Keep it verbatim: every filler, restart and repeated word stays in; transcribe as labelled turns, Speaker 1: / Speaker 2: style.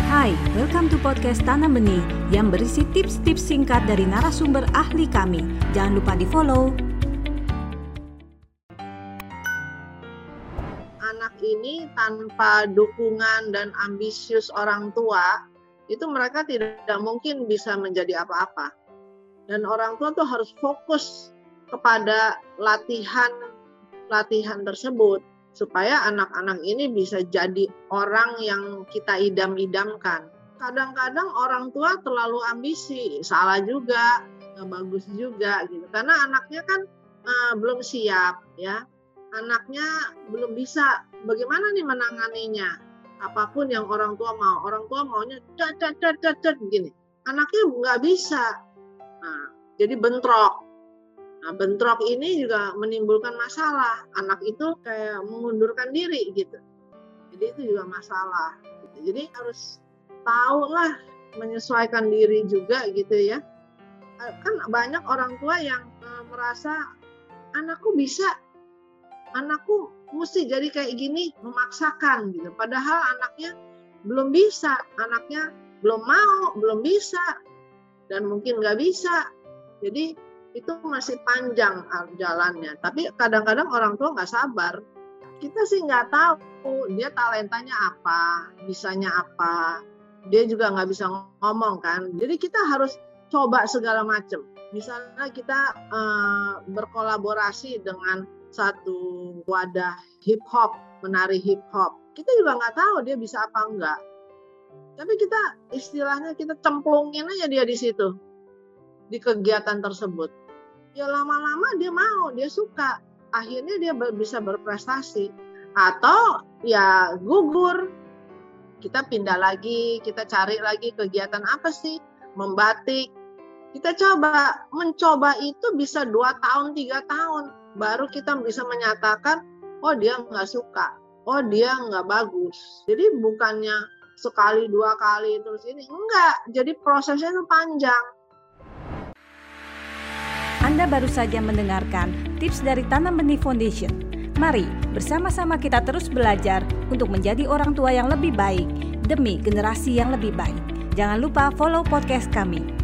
Speaker 1: Hai, welcome to podcast Tanam Benih yang berisi tips-tips singkat dari narasumber ahli kami. Jangan lupa di-follow.
Speaker 2: Anak ini tanpa dukungan dan ambisius orang tua, itu mereka tidak mungkin bisa menjadi apa-apa. Dan orang tua tuh harus fokus kepada latihan latihan tersebut supaya anak-anak ini bisa jadi orang yang kita idam-idamkan. Kadang-kadang orang tua terlalu ambisi, salah juga, nggak bagus juga gitu. Karena anaknya kan uh, belum siap, ya. Anaknya belum bisa. Bagaimana nih menanganinya? Apapun yang orang tua mau, orang tua maunya cat cat cat cat cat begini. Anaknya nggak bisa. Nah, jadi bentrok. Nah, bentrok ini juga menimbulkan masalah. Anak itu kayak mengundurkan diri gitu. Jadi itu juga masalah. Gitu. Jadi harus tahu lah menyesuaikan diri juga gitu ya. Kan banyak orang tua yang e, merasa anakku bisa, anakku mesti jadi kayak gini, memaksakan gitu. Padahal anaknya belum bisa, anaknya belum mau, belum bisa, dan mungkin nggak bisa. Jadi itu masih panjang jalannya. Tapi kadang-kadang orang tua nggak sabar. Kita sih nggak tahu dia talentanya apa, bisanya apa. Dia juga nggak bisa ngomong kan. Jadi kita harus coba segala macam. Misalnya kita uh, berkolaborasi dengan satu wadah hip hop, menari hip hop. Kita juga nggak tahu dia bisa apa enggak. Tapi kita istilahnya kita cemplungin aja dia di situ, di kegiatan tersebut. Ya lama-lama dia mau, dia suka. Akhirnya dia bisa berprestasi. Atau ya gugur. Kita pindah lagi, kita cari lagi kegiatan apa sih? Membatik. Kita coba, mencoba itu bisa dua tahun, tiga tahun. Baru kita bisa menyatakan, oh dia nggak suka. Oh dia nggak bagus. Jadi bukannya sekali, dua kali terus ini. Enggak, jadi prosesnya itu panjang.
Speaker 1: Anda baru saja mendengarkan tips dari Tanam Benih Foundation. Mari bersama-sama kita terus belajar untuk menjadi orang tua yang lebih baik demi generasi yang lebih baik. Jangan lupa follow podcast kami.